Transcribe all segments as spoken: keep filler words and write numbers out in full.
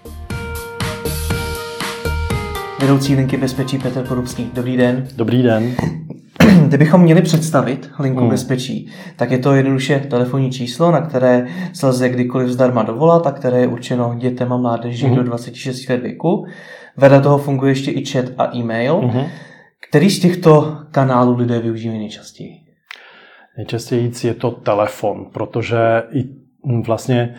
Vedoucí linky bezpečí Petr Porubský. Dobrý den. Dobrý den. Kdybychom měli představit linku hmm. bezpečí, tak je to jednoduše telefonní číslo, na které se lze kdykoliv zdarma dovolat a které je určeno dětem a mládeži hmm. do dvacet šest let věku. Vedle toho funguje ještě i chat a e-mail. Hmm. Který z těchto kanálů lidé využívají nejčastěji? Nejčastěji je to telefon, protože i vlastně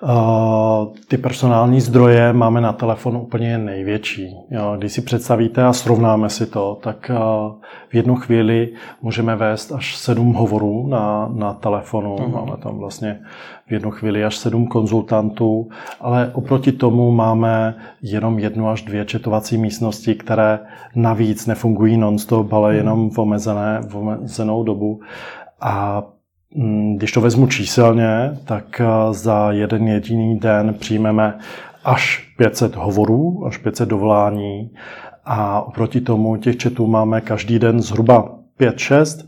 uh, ty personální zdroje máme na telefonu úplně největší. Jo, když si představíte a srovnáme si to, tak uh, v jednu chvíli můžeme vést až sedm hovorů na, na telefonu. Uh-huh. Máme tam vlastně v jednu chvíli až sedm konzultantů, ale oproti tomu máme jenom jednu až dvě chatovací místnosti, které navíc nefungují non-stop, ale jenom v, omezené, v omezenou dobu. A když to vezmu číselně, tak za jeden jediný den přijmeme až pět set hovorů, až pět set dovolání a oproti tomu těch chatů máme každý den zhruba pět šest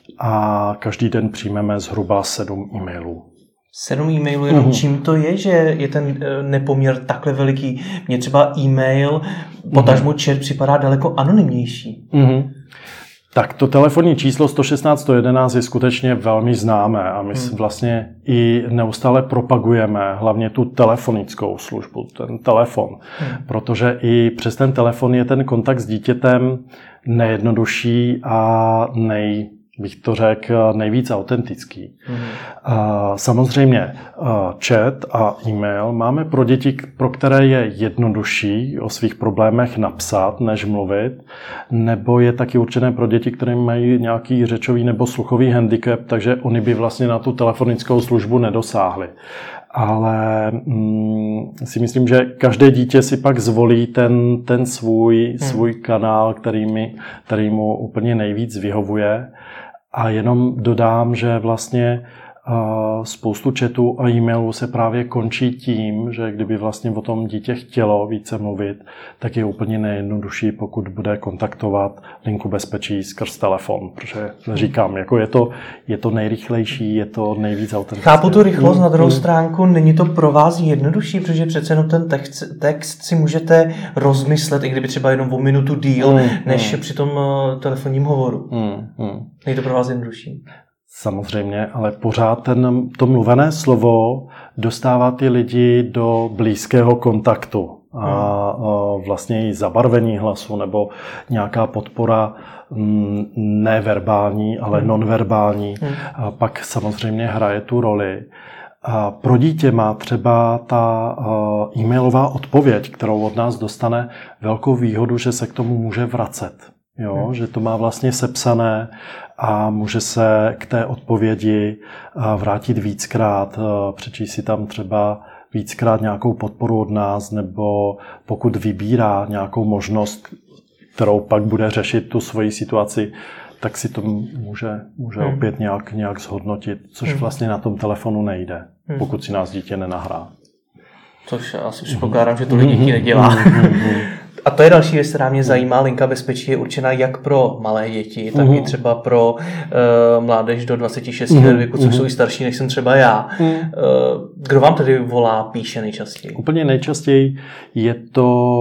a každý den přijmeme zhruba sedm e-mailů. Sedm e-mailů, jenom mm. čím to je, že je ten nepoměr takhle veliký? Mně třeba e-mail, potažmo chat připadá daleko anonymnější. Mm. Tak to telefonní číslo sto šestnáct sto jedenáct je skutečně velmi známé a my hmm. vlastně i neustále propagujeme hlavně tu telefonickou službu, ten telefon, hmm. protože i přes ten telefon je ten kontakt s dítětem nejjednodušší a nej, bych to řekl, nejvíc autentický. Hmm. Samozřejmě chat a e-mail máme pro děti, pro které je jednodušší o svých problémech napsat, než mluvit, nebo je taky určené pro děti, které mají nějaký řečový nebo sluchový handicap, takže oni by vlastně na tu telefonickou službu nedosáhli. Ale mm, si myslím, že každé dítě si pak zvolí ten, ten svůj, hmm. svůj kanál, který, mi, který mu úplně nejvíc vyhovuje. A jenom dodám, že vlastně uh, spoustu chatů a e-mailů se právě končí tím, že kdyby vlastně o tom dítě chtělo více mluvit, tak je úplně nejjednodušší, pokud bude kontaktovat linku bezpečí skrz telefon. Protože říkám, jako je to, je to nejrychlejší, je to nejvíc autentické. Chápu tu rychlost, mm, na druhou mm. stránku není to pro vás jednodušší, protože přece jenom ten text, text si můžete rozmyslet, i kdyby třeba jenom o minutu díl, mm, než mm. při tom uh, telefonním hovoru. Mm, mm. Není to pro vás jednodušší? Samozřejmě, ale pořád ten, to mluvené slovo dostává ty lidi do blízkého kontaktu. A, a vlastně i zabarvení hlasu nebo nějaká podpora m, neverbální, ale hmm. nonverbální. Hmm. A pak samozřejmě hraje tu roli. A pro dítě má třeba ta e-mailová odpověď, kterou od nás dostane, velkou výhodu, že se k tomu může vracet. Jo, hmm. že to má vlastně sepsané a může se k té odpovědi vrátit víckrát, přečíst si tam třeba víckrát nějakou podporu od nás, nebo pokud vybírá nějakou možnost, kterou pak bude řešit tu svoji situaci, tak si to může, může hmm. opět nějak, nějak zhodnotit, což hmm. vlastně na tom telefonu nejde, hmm. pokud si nás dítě nenahrá. Což asi předpokládám, že to děti nedělá. A to je další věc, která mě zajímá. Linka bezpečí je určena jak pro malé děti, tak uh-huh. i třeba pro uh, mládež do dvacet šest uh-huh. let věku, což uh-huh. jsou i starší, než jsem třeba já. Uh-huh. Uh, kdo vám tedy volá, píše nejčastěji? Úplně nejčastěji je to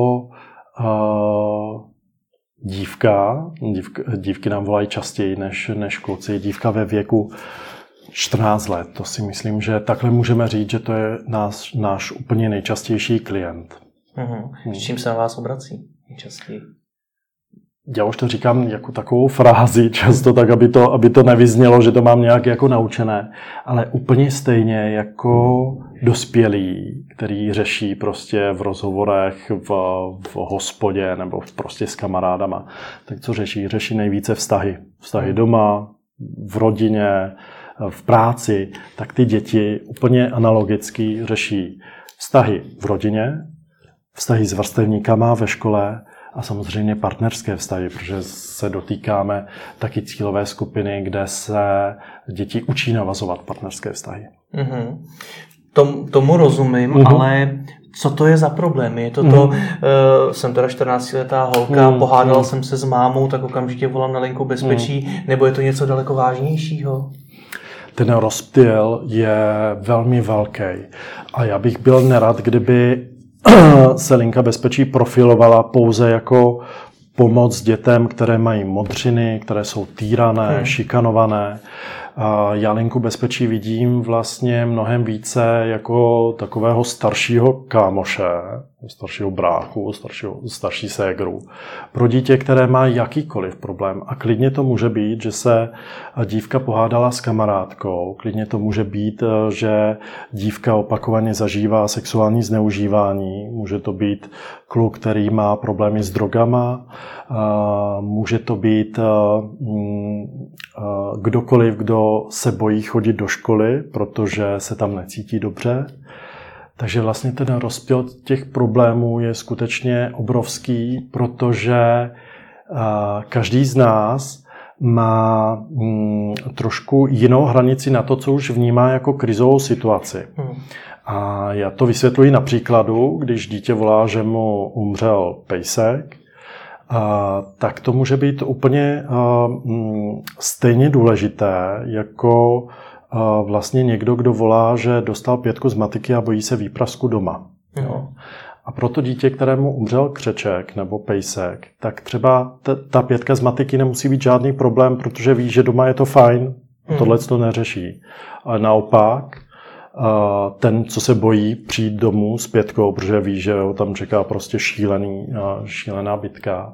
uh, dívka. dívka. Dívky nám volají častěji než, než kluci. Dívka ve věku čtrnáct let. To si myslím, že takhle můžeme říct, že to je náš, náš úplně nejčastější klient. Uhum. S čím se na vás obrací nejčastěji? Já už to říkám jako takovou frázi často, tak aby to, aby to nevyznělo, že to mám nějak jako naučené, ale úplně stejně jako dospělí, který řeší prostě v rozhovorech, v, v hospodě nebo prostě s kamarádama, tak co řeší? Řeší nejvíce vztahy. Vztahy doma, v rodině, v práci, tak ty děti úplně analogicky řeší vztahy v rodině, vztahy s vrstevníkama ve škole a samozřejmě partnerské vztahy, protože se dotýkáme taky cílové skupiny, kde se děti učí navazovat partnerské vztahy. Mm-hmm. Tom, tomu rozumím, mm-hmm. ale co to je za problém? Je to mm-hmm. to, uh, jsem teda čtrnáctiletá holka, mm-hmm. pohádala jsem se s mámou, tak okamžitě volám na linku bezpečí, mm-hmm. nebo je to něco daleko vážnějšího? Ten rozptyl je velmi velký a já bych byl nerad, kdyby se linka bezpečí profilovala pouze jako pomoc dětem, které mají modřiny, které jsou týrané, hmm. šikanované. Já linku bezpečí vidím vlastně mnohem více jako takového staršího kámoše, staršího bráchu, staršího, starší ségru. Pro dítě, které má jakýkoliv problém. A klidně to může být, že se dívka pohádala s kamarádkou. Klidně to může být, že dívka opakovaně zažívá sexuální zneužívání. Může to být kluk, který má problémy s drogama. Může to být kdokoliv, kdo se bojí chodit do školy, protože se tam necítí dobře. Takže vlastně ten rozpět těch problémů je skutečně obrovský, protože každý z nás má trošku jinou hranici na to, co už vnímá jako krizovou situaci. Hmm. A já to vysvětluji na příkladu, když dítě volá, že mu umřel pejsek, a, tak to může být úplně a, m, stejně důležité jako a, vlastně někdo, kdo volá, že dostal pětku z matiky a bojí se výprasku doma. Mm. Jo. A proto dítě, kterému umřel křeček nebo pejsek, tak třeba t- ta pětka z matiky nemusí být žádný problém, protože ví, že doma je to fajn, mm. tohle to neřeší. Ale naopak, ten, co se bojí přijít domů s pětkou, protože ví, že ho tam čeká prostě šílený, šílená bitka,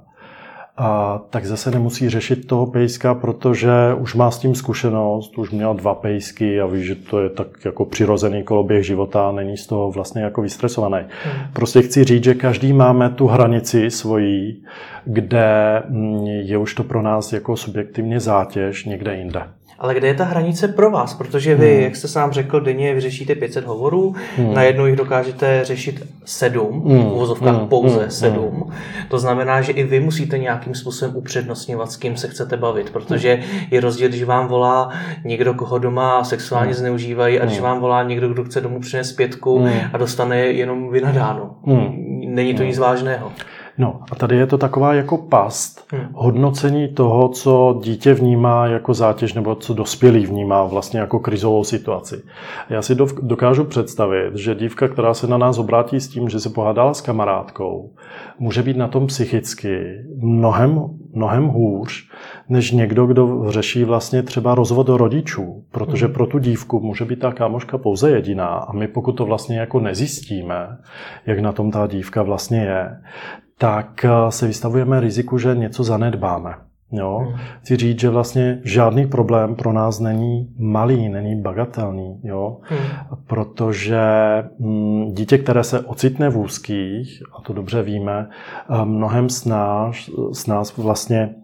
a tak zase nemusí řešit toho pejska, protože už má s tím zkušenost, už měl dva pejsky a ví, že to je tak jako přirozený koloběh života a není z toho vlastně jako vystresovaný. Hmm. Prostě chci říct, že každý máme tu hranici svojí, kde je už to pro nás jako subjektivně zátěž někde jinde. Ale kde je ta hranice pro vás? Protože vy, hmm. jak jste sám řekl, denně vyřešíte pět set hovorů, hmm. najednou jich dokážete řešit sedm, hmm. v uvozovkách hmm. pouze hmm. sedm. To znamená, že i vy musíte nějakým způsobem upřednostňovat, s kým se chcete bavit, protože je rozdíl, když vám volá někdo, koho doma sexuálně hmm. zneužívají, a když vám volá někdo, kdo chce domů přinést pětku hmm. a dostane jenom vynadáno. Hmm. Není to nic vážného. No a tady je to taková jako past hmm. hodnocení toho, co dítě vnímá jako zátěž nebo co dospělý vnímá vlastně jako krizovou situaci. Já si dokážu představit, že dívka, která se na nás obrátí s tím, že se pohádala s kamarádkou, může být na tom psychicky mnohem, mnohem hůř, než někdo, kdo řeší vlastně třeba rozvod rodičů, protože pro tu dívku může být ta kámoška pouze jediná a my pokud to vlastně jako nezjistíme, jak na tom ta dívka vlastně je, tak se vystavujeme riziku, že něco zanedbáme. Jo? Hmm. Chci říct, že vlastně žádný problém pro nás není malý, není bagatelný, jo? Hmm. Protože m, dítě, které se ocitne v úzkých, a to dobře víme, mnohem s nás, s nás vlastně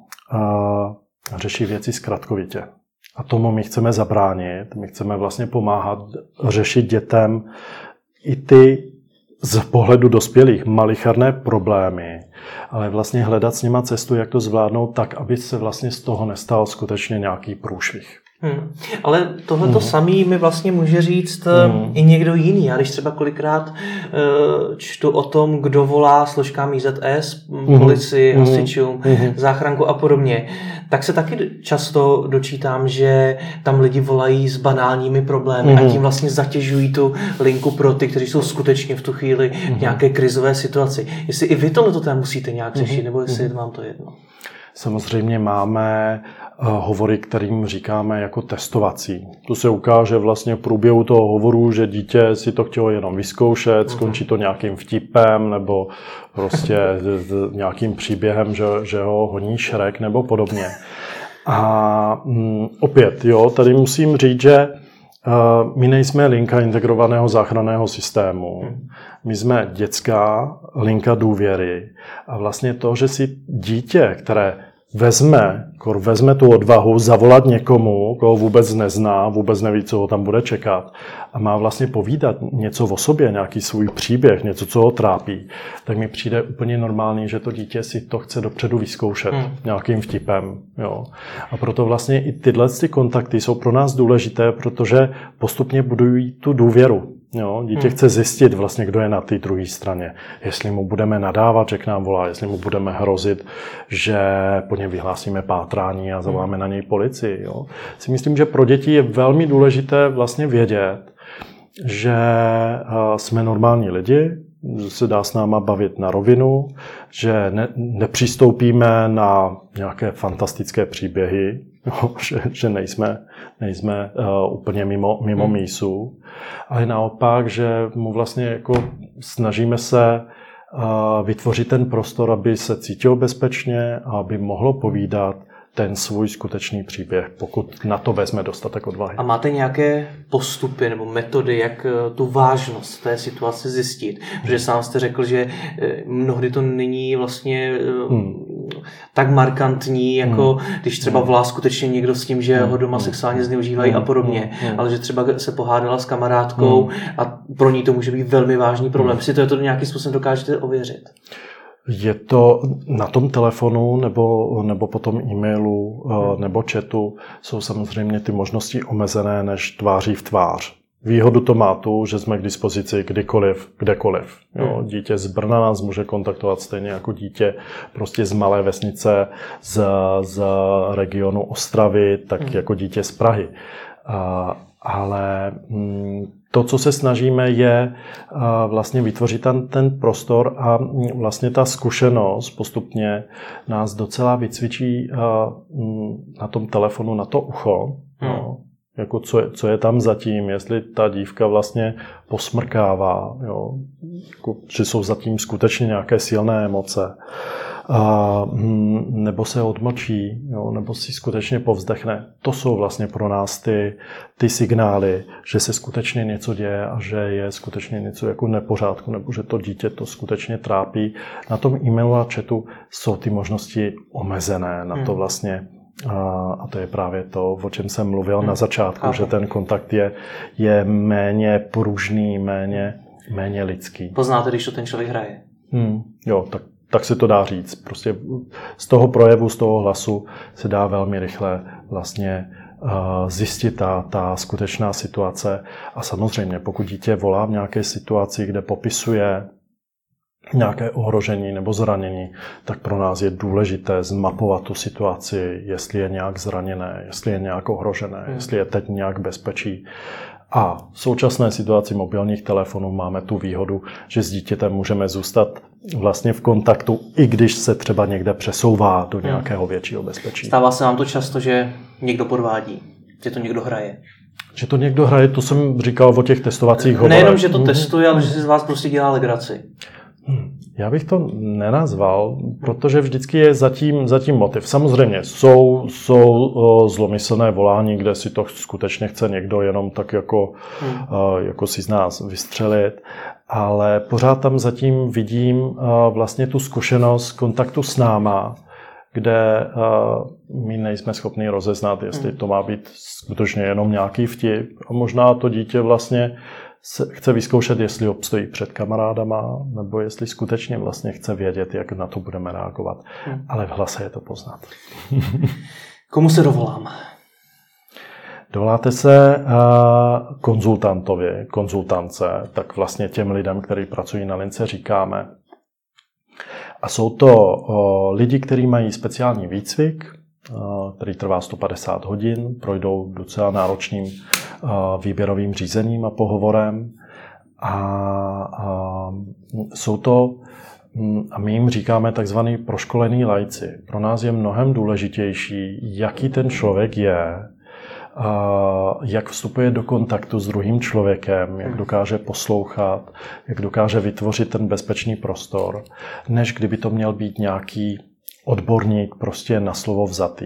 uh, řeší věci zkratkovitě. A tomu my chceme zabránit, my chceme vlastně pomáhat řešit dětem i ty z pohledu dospělých malicharné problémy, ale vlastně hledat s nima cestu, jak to zvládnout tak, aby se vlastně z toho nestal skutečně nějaký průšvih. Hmm. Ale tohleto hmm. samý mi vlastně může říct hmm. i někdo jiný. Já když třeba kolikrát uh, čtu o tom, kdo volá složkám I Z S, hmm. policii, hmm. hasičům, hmm. záchranku a podobně, tak se taky často dočítám, že tam lidi volají s banálními problémy hmm. a tím vlastně zatěžují tu linku pro ty, kteří jsou skutečně v tu chvíli hmm. v nějaké krizové situaci. Jestli i vy tohleto tam musíte nějak řešit, hmm. nebo jestli hmm. vám to jedno? Samozřejmě máme hovory, kterým říkáme jako testovací. Tu se ukáže vlastně v průběhu toho hovoru, že dítě si to chtělo jenom vyzkoušet, skončí to nějakým vtipem nebo prostě nějakým příběhem, že, že ho honí Šrek nebo podobně. A mm, opět, jo, tady musím říct, že uh, my nejsme linka integrovaného záchranného systému. My jsme dětská linka důvěry. A vlastně to, že si dítě, které vezme, vezme tu odvahu zavolat někomu, koho vůbec nezná, vůbec neví, co ho tam bude čekat a má vlastně povídat něco o sobě, nějaký svůj příběh, něco, co ho trápí, tak mi přijde úplně normální, že to dítě si to chce dopředu vyzkoušet hmm. nějakým vtipem. Jo. A proto vlastně i tyhle ty kontakty jsou pro nás důležité, protože postupně budují tu důvěru. Jo, dítě hmm. chce zjistit vlastně, kdo je na té druhé straně. Jestli mu budeme nadávat, že k nám volá, jestli mu budeme hrozit, že po něm vyhlásíme pátrání a zavoláme hmm. na něj policii. Jo. Si myslím, že pro děti je velmi důležité vlastně vědět, že jsme normální lidi, že se dá s náma bavit na rovinu, že ne, nepřistoupíme na nějaké fantastické příběhy, no, že, že nejsme, nejsme uh, úplně mimo, mimo hmm. mísu, ale naopak, že mu vlastně jako snažíme se uh, vytvořit ten prostor, aby se cítil bezpečně a aby mohlo povídat ten svůj skutečný příběh, pokud na to vezme dostatek odvahy. A máte nějaké postupy nebo metody, jak tu vážnost té situace zjistit? Protože sám jste řekl, že mnohdy to není vlastně hmm. tak markantní, jako hmm. když třeba volá skutečně někdo s tím, že ho doma sexuálně zneužívají hmm. a podobně, hmm. ale že třeba se pohádala s kamarádkou hmm. a pro ní to může být velmi vážný problém. Hmm. Si to, to nějakým způsobem dokážete ověřit? Je to na tom telefonu nebo, nebo po tom e-mailu nebo chatu jsou samozřejmě ty možnosti omezené než tváří v tvář. Výhodu to má tu, že jsme k dispozici kdykoliv, kdekoliv. Jo, dítě z Brna nás může kontaktovat stejně jako dítě prostě z malé vesnice, z, z regionu Ostravy, tak hmm. jako dítě z Prahy. A, ale to, co se snažíme, je vlastně vytvořit ten, ten prostor a vlastně ta zkušenost postupně nás docela vycvičí na tom telefonu na to ucho. Hmm. No, jako co, je, co je tam zatím, jestli ta dívka vlastně posmrkává, jo, jako, že jsou zatím skutečně nějaké silné emoce. A, nebo se odmlčí, jo, nebo si skutečně povzdechne. To jsou vlastně pro nás ty, ty signály, že se skutečně něco děje a že je skutečně něco jako nepořádku, nebo že to dítě to skutečně trápí. Na tom e-mailu a chatu jsou ty možnosti omezené na to vlastně. A to je právě to, o čem jsem mluvil hmm. na začátku, Aha. že ten kontakt je, je méně pružný, méně, méně lidský. Poznáte, když to ten člověk hraje? Hmm. Jo, tak tak se to dá říct. Prostě z toho projevu, z toho hlasu se dá velmi rychle vlastně uh, zjistit ta, ta skutečná situace. A samozřejmě, pokud dítě volá v nějaké situaci, kde popisuje nějaké ohrožení nebo zranění, tak pro nás je důležité zmapovat tu situaci, jestli je nějak zraněné, jestli je nějak ohrožené, hmm. jestli je teď nějak bezpečí. A v současné situaci mobilních telefonů máme tu výhodu, že s dítětem můžeme zůstat vlastně v kontaktu, i když se třeba někde přesouvá do nějakého většího bezpečí. Stává se vám to často, že někdo podvádí, že to někdo hraje? Že to někdo hraje, to jsem říkal o těch testovacích hovorech. Nejenom, že to testuje, ale že si z vás prostě dělá legraci. Já bych to nenazval, protože vždycky je zatím, zatím motiv. Samozřejmě jsou, jsou o, zlomyslné volání, kde si to skutečně chce někdo jenom tak jako, hmm. o, jako si z nás vystřelit, ale pořád tam zatím vidím o, vlastně tu zkušenost kontaktu s náma, kde o, my nejsme schopni rozeznat, jestli hmm. to má být skutečně jenom nějaký vtip. A možná to dítě vlastně se chce vyzkoušet, jestli obstojí před kamarádama, nebo jestli skutečně vlastně chce vědět, jak na to budeme reagovat. Hmm. Ale v hlase je to poznat. Komu se dovolám? Dovoláte se uh, konzultantovi, konzultance, tak vlastně těm lidem, kteří pracují na lince, říkáme. A jsou to uh, lidi, kteří mají speciální výcvik, uh, který trvá sto padesát hodin, projdou docela náročným výběrovým řízením a pohovorem. A, a jsou to, a my jim říkáme takzvaný proškolení laici. Pro nás je mnohem důležitější, jaký ten člověk je, jak vstupuje do kontaktu s druhým člověkem, jak dokáže poslouchat, jak dokáže vytvořit ten bezpečný prostor, než kdyby to měl být nějaký odborník prostě na slovo vzatý.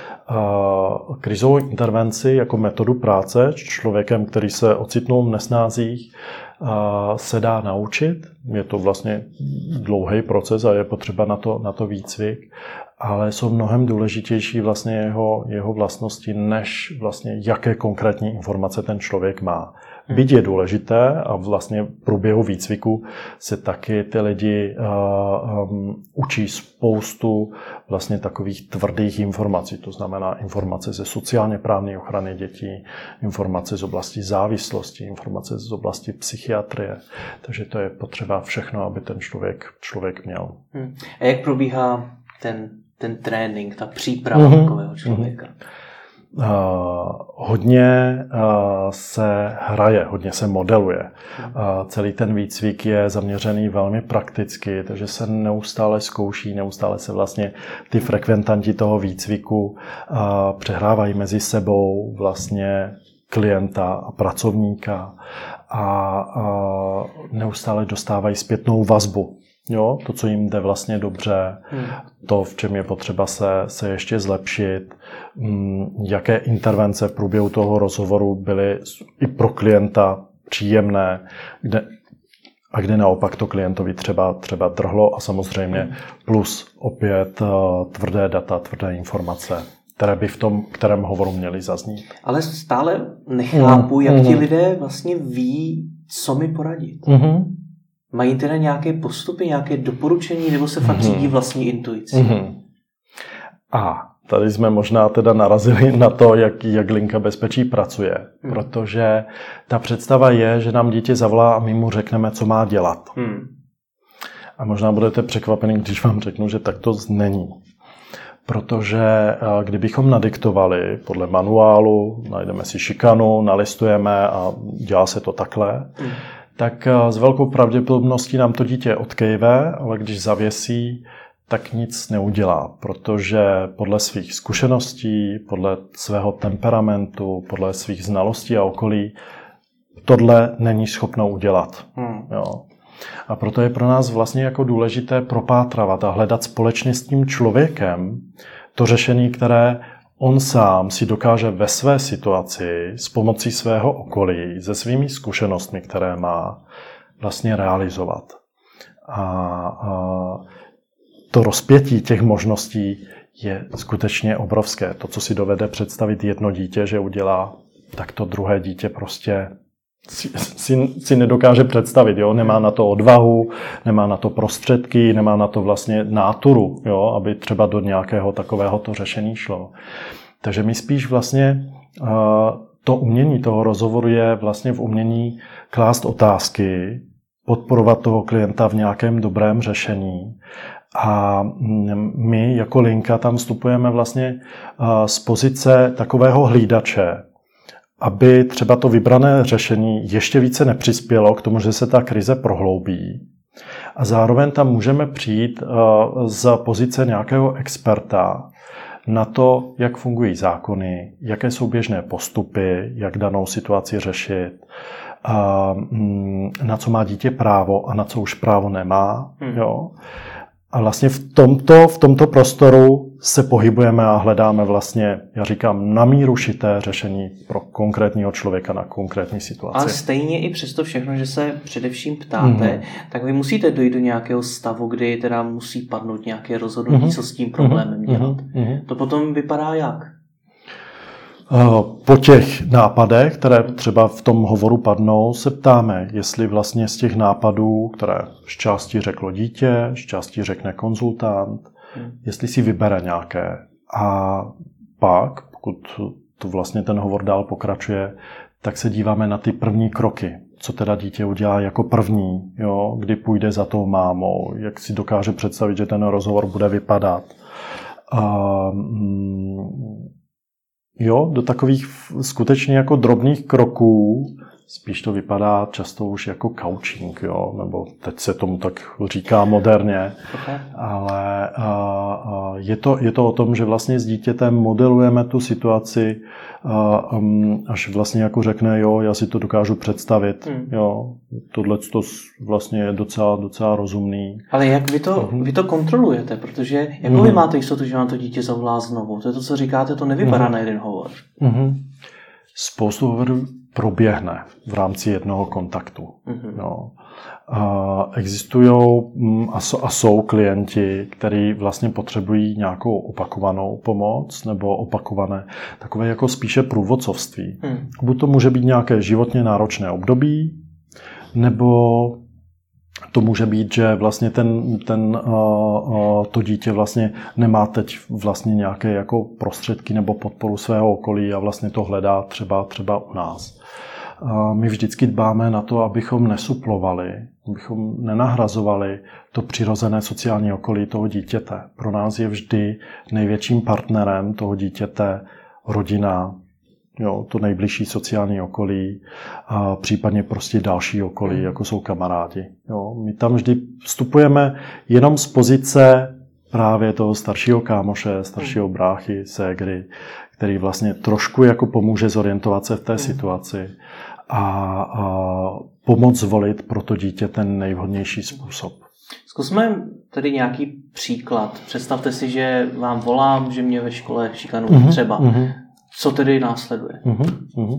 Krizovou intervenci jako metodu práce s člověkem, který se ocitnul v nesnázích, se dá naučit. Je to vlastně dlouhý proces a je potřeba na to, na to výcvik, ale jsou mnohem důležitější vlastně jeho, jeho vlastnosti, než vlastně jaké konkrétní informace ten člověk má. Byť je důležité a vlastně v průběhu výcviku se taky ty lidi uh, um, učí spoustu vlastně takových tvrdých informací, to znamená informace ze sociálně právní ochrany dětí, informace z oblasti závislosti, informace z oblasti psychiatrie. Takže to je potřeba všechno, aby ten člověk, člověk měl. Hmm. A jak probíhá ten, ten trénink, ta příprava mm-hmm. takového člověka? Uh, hodně uh, se hraje, hodně se modeluje. Uh, celý ten výcvik je zaměřený velmi prakticky, takže se neustále zkouší, neustále se vlastně ty frekventanti toho výcviku uh, přehrávají mezi sebou vlastně klienta a pracovníka a uh, neustále dostávají zpětnou vazbu. Jo, to, co jim jde vlastně dobře, hmm. to, v čem je potřeba se, se ještě zlepšit, jaké intervence v průběhu toho rozhovoru byly i pro klienta příjemné, kde, a kde naopak to klientovi třeba, třeba drhlo a samozřejmě plus opět tvrdé data, tvrdé informace, které by v tom kterém hovoru měly zaznít. Ale stále nechápu, hmm. jak hmm. ti lidé vlastně ví, co mi poradit. Hmm. Mají teda nějaké postupy, nějaké doporučení, nebo se fakt řídí vlastní intuici? Mm-hmm. A tady jsme možná teda narazili na to, jak, jak linka bezpečí pracuje. Mm. Protože ta představa je, že nám dítě zavolá a my mu řekneme, co má dělat. Mm. A možná budete překvapeni, když vám řeknu, že tak to není. Protože kdybychom nadiktovali podle manuálu, najdeme si šikanu, nalistujeme a dělá se to takhle, mm. tak s velkou pravděpodobností nám to dítě odkejve, ale když zavěsí, tak nic neudělá, protože podle svých zkušeností, podle svého temperamentu, podle svých znalostí a okolí tohle není schopno udělat. Hmm. Jo. A proto je pro nás vlastně jako důležité propátravat a hledat společně s tím člověkem to řešení, které on sám si dokáže ve své situaci s pomocí svého okolí, se svými zkušenostmi, které má, vlastně realizovat. A, a to rozpětí těch možností je skutečně obrovské. To, co si dovede představit jedno dítě, že udělá, tak to druhé dítě prostě si, si, si nedokáže představit. Jo? Nemá na to odvahu, nemá na to prostředky, nemá na to vlastně náturu, jo? Aby třeba do nějakého takového to řešení šlo. Takže my spíš vlastně uh, to umění toho rozhovoru je vlastně v umění klást otázky, podporovat toho klienta v nějakém dobrém řešení. A my jako linka tam vstupujeme vlastně uh, z pozice takového hlídače, aby třeba to vybrané řešení ještě více nepřispělo k tomu, že se ta krize prohloubí. A zároveň tam můžeme přijít uh, z pozice nějakého experta na to, jak fungují zákony, jaké jsou běžné postupy, jak danou situaci řešit, uh, na co má dítě právo a na co už právo nemá. Hmm. Jo? A vlastně v tomto, v tomto prostoru se pohybujeme a hledáme vlastně, já říkám, na míru šité řešení pro konkrétního člověka na konkrétní situaci. Ale stejně i přesto všechno, že se především ptáte, mm-hmm. tak vy musíte dojít do nějakého stavu, kdy teda musí padnout nějaké rozhodnutí, mm-hmm. co s tím problémem dělat. Mm-hmm. To potom vypadá jak? Po těch nápadech, které třeba v tom hovoru padnou, se ptáme, jestli vlastně z těch nápadů, které z části řeklo dítě, z části řekne konzultant, hmm. jestli si vybere nějaké. A pak, pokud to vlastně ten hovor dál pokračuje, tak se díváme na ty první kroky. Co teda dítě udělá jako první, jo? Kdy půjde za tou mámou, jak si dokáže představit, že ten rozhovor bude vypadat. A, mm, Jo, do takových skutečně jako drobných kroků, spíš to vypadá často už jako coaching, jo, nebo teď se tomu tak říká moderně, okay. ale a, a je, to, je to o tom, že vlastně s dítětem modelujeme tu situaci, a, um, až vlastně jako řekne, jo, já si to dokážu představit, hmm. jo, tohle to vlastně je docela, docela rozumný. Ale jak vy to, uh-huh. vy to kontrolujete, protože jak uh-huh. vy máte jistotu, že vám to dítě zavolá znovu? To je to, co říkáte, to nevypadá uh-huh. na jeden hovor. Uh-huh. Spoustu hovorů proběhne v rámci jednoho kontaktu. Mm-hmm. No. A existují a, a jsou klienti, kteří vlastně potřebují nějakou opakovanou pomoc nebo opakované takové jako spíše průvodcovství. Mm. Buď to může být nějaké životně náročné období, nebo to může být, že vlastně ten, ten, to dítě vlastně nemá teď vlastně nějaké jako prostředky nebo podporu svého okolí a vlastně to hledá třeba, třeba u nás. My vždycky dbáme na to, abychom nesuplovali, abychom nenahrazovali to přirozené sociální okolí toho dítěte. Pro nás je vždy největším partnerem toho dítěte rodina, jo, to nejbližší sociální okolí, a případně prostě další okolí, jako jsou kamarádi. Jo. My tam vždy vstupujeme jenom z pozice právě toho staršího kámoše, staršího bráchy, ségry, který vlastně trošku jako pomůže zorientovat se v té situaci a, a pomoct zvolit pro to dítě ten nejvhodnější způsob. Zkusme tedy nějaký příklad. Představte si, že vám volám, že mě ve škole šikanují uh-huh, třeba. Uh-huh. Co tedy následuje? Uh-huh, uh-huh.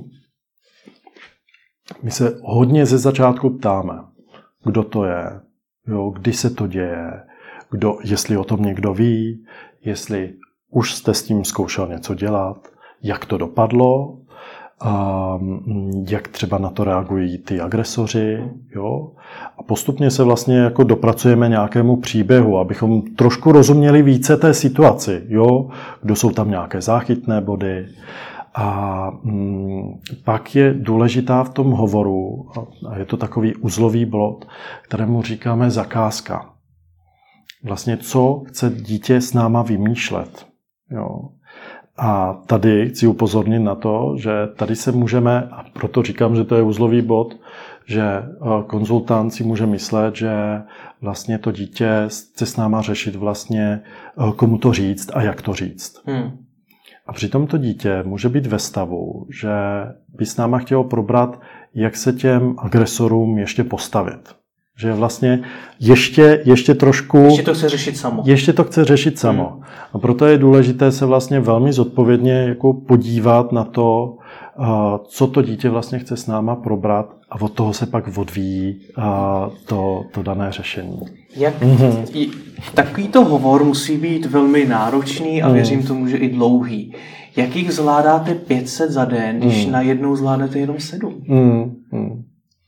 My se hodně ze začátku ptáme, kdo to je, jo, kdy se to děje, kdo, jestli o tom někdo ví, jestli už jste s tím zkoušel něco dělat, jak to dopadlo, a jak třeba na to reagují ty agresoři. Jo? A postupně se vlastně jako dopracujeme nějakému příběhu, abychom trošku rozuměli více té situaci. Jo? Kdo jsou tam nějaké záchytné body. A mm, pak je důležitá v tom hovoru, a je to takový uzlový bod, kterému říkáme zakázka. Vlastně co chce dítě s náma vymýšlet. Jo? A tady chci upozornit na to, že tady se můžeme, a proto říkám, že to je uzlový bod, že konzultant si může myslet, že vlastně to dítě chce s náma řešit vlastně, komu to říct a jak to říct. Hmm. A přitom to dítě může být ve stavu, že by s náma chtělo probrat, jak se těm agresorům ještě postavit. Že vlastně ještě, ještě trošku... Ještě to chce řešit samo. Ještě to chce řešit samo. Hmm. A proto je důležité se vlastně velmi zodpovědně jako podívat na to, co to dítě vlastně chce s náma probrat a od toho se pak odvíjí to, to dané řešení. Jak, mm-hmm. Takovýto hovor musí být velmi náročný a věřím tomu, že i dlouhý. Jak jich zvládáte pět set za den, když mm. najednou zvládnete jenom sedm? Mm. Mm.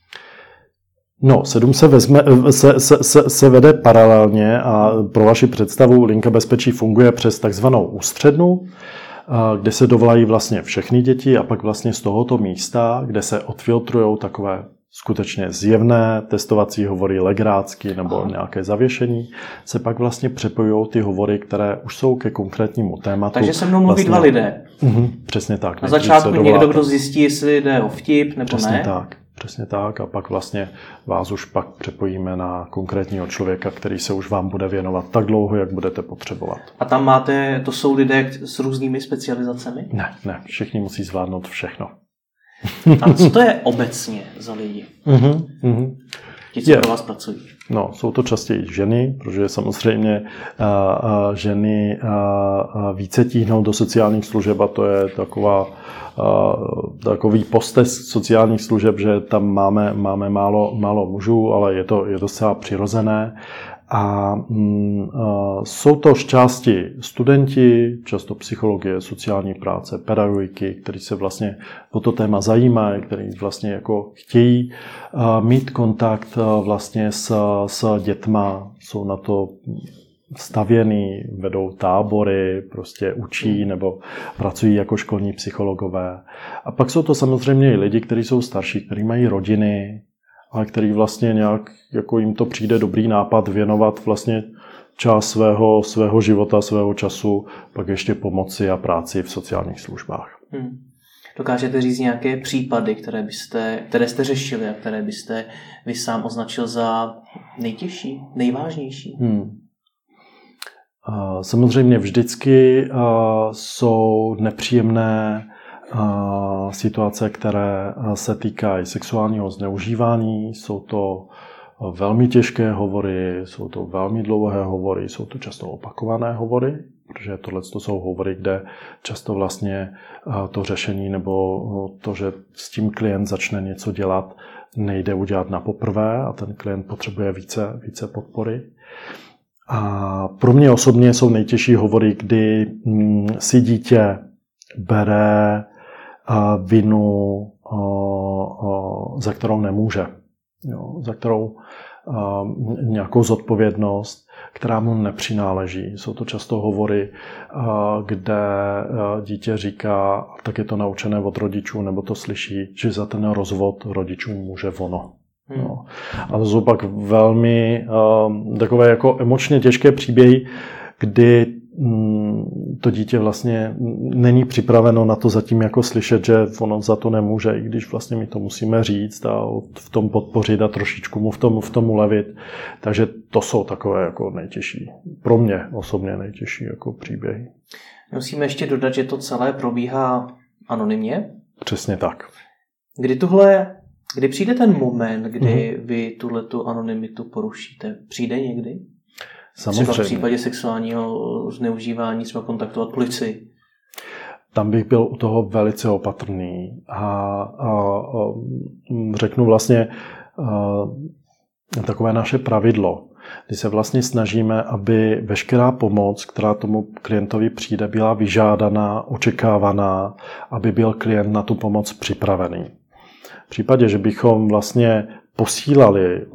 No, sedm se, vezme, se, se, se, se vede paralelně a pro vaši představu linka bezpečí funguje přes takzvanou ústřednu, kde se dovolají vlastně všechny děti a pak vlastně z tohoto místa, kde se odfiltrujou takové skutečně zjevné testovací hovory, legrácky nebo Aha. nějaké zavěšení, se pak vlastně přepojují ty hovory, které už jsou ke konkrétnímu tématu. Takže se mnou mluví vlastně dva lidé. Uh-huh, přesně tak. Na začátku někdo, kdo zjistí, jestli jde o vtip nebo přesně ne. Přesně tak. Přesně tak a pak vlastně vás už pak přepojíme na konkrétního člověka, který se už vám bude věnovat tak dlouho, jak budete potřebovat. A tam máte, to jsou lidé s různými specializacemi? Ne, ne, všichni musí zvládnout všechno. A co to je obecně za lidi? Uh-huh, uh-huh. Ti, co je. Pro vás pracují? No, jsou to častěji ženy, protože samozřejmě uh, uh, ženy uh, uh, více tíhnou do sociálních služeb a to je taková Uh, takový postesk sociálních služeb, že tam máme, máme málo, málo mužů, ale je to, je to zcela přirozené. A mm, uh, jsou to zčásti studenti, často psychologie, sociální práce, pedagogiky, kteří se vlastně o to téma zajímají, kteří vlastně jako chtějí uh, mít kontakt uh, vlastně s, s dětma, jsou na to stavěný, vedou tábory, prostě učí nebo pracují jako školní psychologové. A pak jsou to samozřejmě i lidi, kteří jsou starší, kteří mají rodiny, ale který vlastně nějak, jako jim to přijde dobrý nápad věnovat vlastně část svého, svého života, svého času, pak ještě pomoci a práci v sociálních službách. Hmm. Dokážete říct nějaké případy, které, byste, které jste řešili a které byste vy sám označil za nejtěžší, nejvážnější? Hmm. Samozřejmě vždycky jsou nepříjemné situace, které se týkají sexuálního zneužívání. Jsou to velmi těžké hovory, jsou to velmi dlouhé hovory, jsou to často opakované hovory, protože tohle jsou hovory, kde často vlastně to řešení nebo to, že s tím klient začne něco dělat, nejde udělat na poprvé a ten klient potřebuje více, více podpory. A pro mě osobně jsou nejtěžší hovory, kdy si dítě bere vinu, za kterou nemůže, jo, za kterou nějakou zodpovědnost, která mu nepřináleží. Jsou to často hovory, kde dítě říká, tak je to naučené od rodičů, nebo to slyší, že za ten rozvod rodičů může ono. No. A to jsou pak velmi uh, takové jako emočně těžké příběhy, kdy to dítě vlastně není připraveno na to zatím jako slyšet, že ono za to nemůže, i když vlastně my to musíme říct a v tom podpořit a trošičku mu v tom, v tom ulevit. Takže to jsou takové jako nejtěžší, pro mě osobně nejtěžší jako příběhy. Musíme ještě dodat, že to celé probíhá anonymně? Přesně tak. Kdy tohle, kdy přijde ten moment, kdy mm. vy tuhletu anonymitu porušíte? Přijde někdy? Samozřejmě. Třeba v případě sexuálního zneužívání třeba kontaktovat policii? Tam bych byl u toho velice opatrný a, a, a řeknu vlastně a, takové naše pravidlo, kdy se vlastně snažíme, aby veškerá pomoc, která tomu klientovi přijde, byla vyžádaná, očekávaná, aby byl klient na tu pomoc připravený. V případě, že bychom vlastně posílali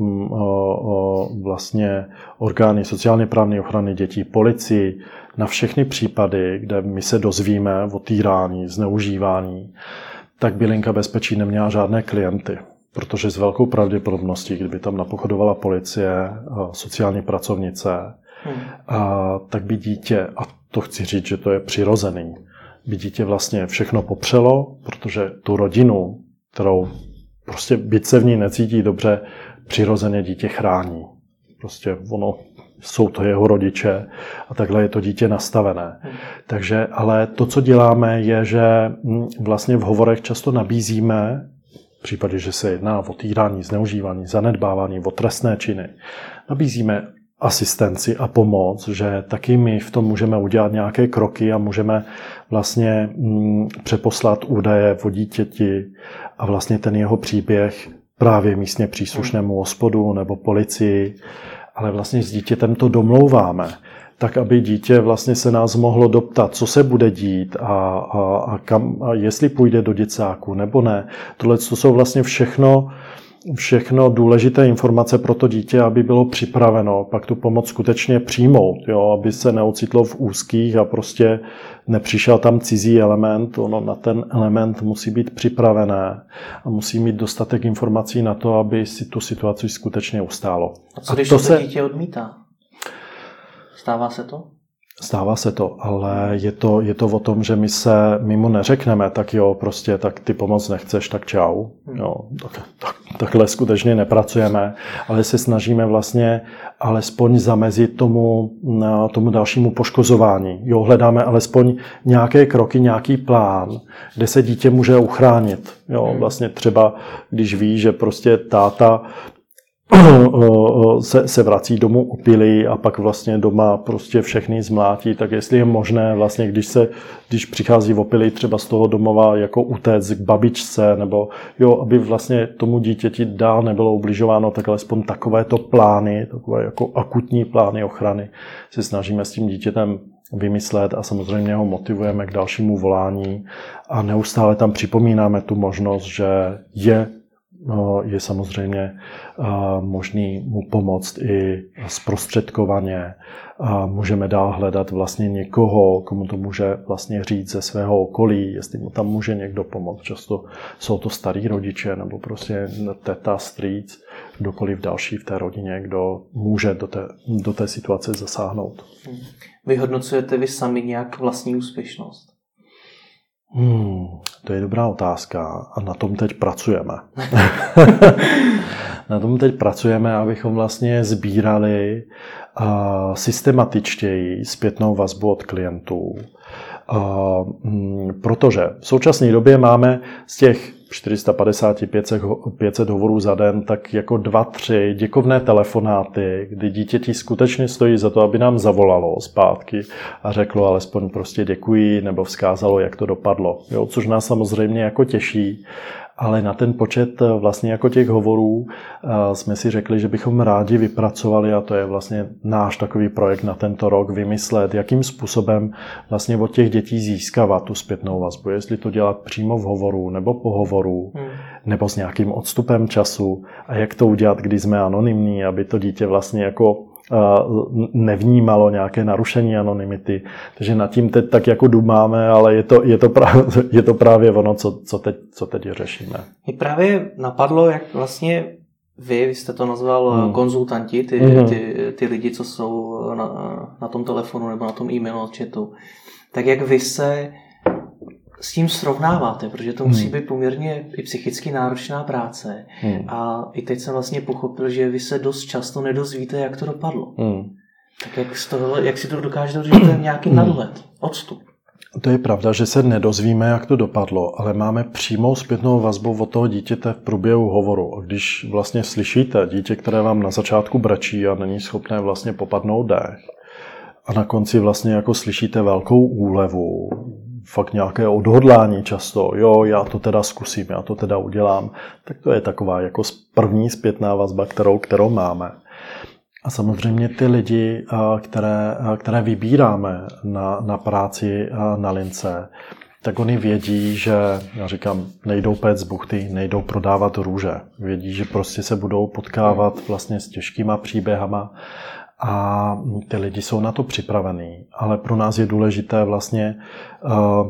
vlastně orgány sociálně právní ochrany dětí, policii na všechny případy, kde my se dozvíme o týrání, zneužívání, tak by linka bezpečí neměla žádné klienty. Protože s velkou pravděpodobností, kdyby tam napochodovala policie, sociální pracovnice, hmm. a, tak by dítě, a to chci říct, že to je přirozený, by dítě vlastně všechno popřelo, protože tu rodinu, kterou prostě byť se v ní necítí dobře, přirozeně dítě chrání. Prostě ono, jsou to jeho rodiče a takhle je to dítě nastavené. Hmm. Takže, ale to, co děláme, je, že vlastně v hovorech často nabízíme, v případě, že se jedná o týrání, zneužívání, zanedbávání, o trestné činy, nabízíme asistenci a pomoc, že taky my v tom můžeme udělat nějaké kroky a můžeme vlastně mm, přeposlat údaje o dítěti a vlastně ten jeho příběh právě místně příslušnému ospodu nebo policii, ale vlastně s dítětem to domlouváme, tak aby dítě vlastně se nás mohlo doptat, co se bude dít a, a, a, kam, a jestli půjde do děcáku nebo ne. Tohle to jsou vlastně všechno, všechno důležité informace pro to dítě, aby bylo připraveno pak tu pomoc skutečně přijmout, jo, aby se neocitlo v úzkých a prostě nepřišel tam cizí element. Ono na ten element musí být připravené a musí mít dostatek informací na to, aby si tu situaci skutečně ustálo. A co když to se dítě odmítá? Stává se to? Stává se to, ale je to, je to o tom, že my se my mu neřekneme, tak jo, prostě, tak ty pomoc nechceš, tak čau. Jo, tak, tak, takhle skutečně nepracujeme, ale se snažíme vlastně alespoň zamezit tomu, tomu dalšímu poškozování. Jo, hledáme alespoň nějaké kroky, nějaký plán, kde se dítě může uchránit. Jo, vlastně třeba, když ví, že prostě táta Se, se vrací domů opilý a pak vlastně doma prostě všechny zmlátí, tak jestli je možné vlastně, když se, když přichází opilý třeba z toho domova jako utéct k babičce, nebo jo, aby vlastně tomu dítěti dál nebylo ubližováno, tak alespoň takovéto plány, takové jako akutní plány ochrany se snažíme s tím dítětem vymyslet a samozřejmě ho motivujeme k dalšímu volání a neustále tam připomínáme tu možnost, že je je samozřejmě možný mu pomoct i zprostředkovaně. Můžeme dál hledat vlastně někoho, komu to může vlastně říct ze svého okolí, jestli mu tam může někdo pomoct. Často jsou to starý rodiče nebo prostě teta, strýc, kdokoliv další v té rodině, kdo může do té, do té situace zasáhnout. Vyhodnocujete vy sami nějak vlastní úspěšnost? Hmm, to je dobrá otázka a na tom teď pracujeme. Na tom teď pracujeme, abychom vlastně sbírali uh, systematičtěji zpětnou vazbu od klientů. Uh, protože v současné době máme z těch čtyři sta padesát pět set hovorů za den, tak jako dva, tři děkovné telefonáty, kdy dítěti skutečně stojí za to, aby nám zavolalo zpátky a řeklo alespoň prostě děkuji nebo vzkázalo, jak to dopadlo. Jo, což nás samozřejmě jako těší, ale na ten počet vlastně jako těch hovorů jsme si řekli, že bychom rádi vypracovali, a to je vlastně náš takový projekt na tento rok, vymyslet, jakým způsobem vlastně od těch dětí získávat tu zpětnou vazbu. Jestli to dělat přímo v hovoru nebo po hovoru, hmm. nebo s nějakým odstupem času a jak to udělat, když jsme anonymní, aby to dítě vlastně jako nevnímalo nějaké narušení anonymity. Takže nad tím teď tak jako dumáme, ale je to, je to, právě, je to právě ono, co, co, teď, co teď řešíme. Mě právě napadlo, jak vlastně vy, vy jste to nazval hmm. konzultanti, ty, hmm. ty, ty lidi, co jsou na, na tom telefonu nebo na tom e-mailu chatu, tak jak vy se s tím srovnáváte, protože to musí být poměrně i psychicky náročná práce. Hmm. A i teď jsem vlastně pochopil, že vy se dost často nedozvíte, jak to dopadlo. Hmm. Tak jak, z toho, jak si to dokážete říct nějaký nadhled, odstup? To je pravda, že se nedozvíme, jak to dopadlo, ale máme přímou zpětnou vazbu od toho dítěte v průběhu hovoru. A když vlastně slyšíte dítě, které vám na začátku brečí a není schopné vlastně popadnout dech, a na konci vlastně jako slyšíte velkou úlevu, fakt nějaké odhodlání často, jo, já to teda zkusím, já to teda udělám, tak to je taková jako první zpětná vazba, kterou, kterou máme. A samozřejmě ty lidi, které, které vybíráme na, na práci na lince, tak oni vědí, že, já říkám, nejdou péct z buchty, nejdou prodávat růže. Vědí, že prostě se budou potkávat vlastně s těžkýma příběhama a ty lidi jsou na to připravení. Ale pro nás je důležité vlastně uh,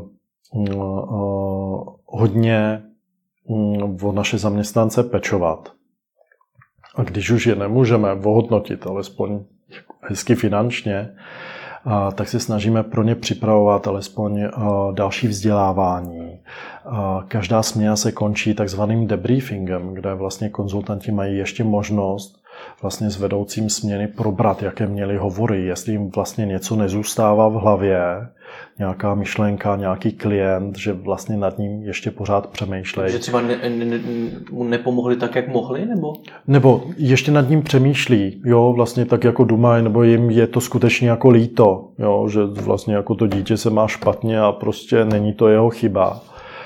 uh, hodně um, o naše zaměstnance pečovat. A když už je nemůžeme ohodnotit, alespoň hezky finančně, tak se snažíme pro ně připravovat alespoň další vzdělávání. Každá směna se končí takzvaným debriefingem, kde vlastně konzultanti mají ještě možnost vlastně s vedoucím směny probrat, jaké měli hovory, jestli jim vlastně něco nezůstává v hlavě, nějaká myšlenka, nějaký klient, že vlastně nad ním ještě pořád přemýšlejí. Že třeba ne, ne, mu nepomohli tak, jak mohli, nebo? Nebo ještě nad ním přemýšlí, jo, vlastně tak jako dumají, nebo jim je to skutečně jako líto, jo, že vlastně jako to dítě se má špatně a prostě není to jeho chyba.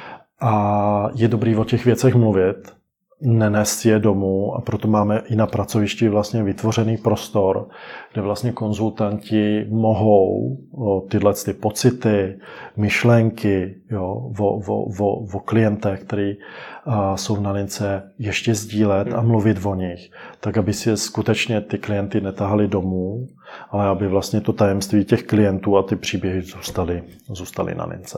A je dobrý o těch věcech mluvit, nenést je domů a proto máme i na pracovišti vlastně vytvořený prostor, kde vlastně konzultanti mohou tyhle ty pocity, myšlenky, jo, o, o, o, o klientech, který a, jsou na lince, ještě sdílet a mluvit o nich, tak aby si skutečně ty klienty netahali domů, ale aby vlastně to tajemství těch klientů a ty příběhy zůstaly, zůstaly na lince.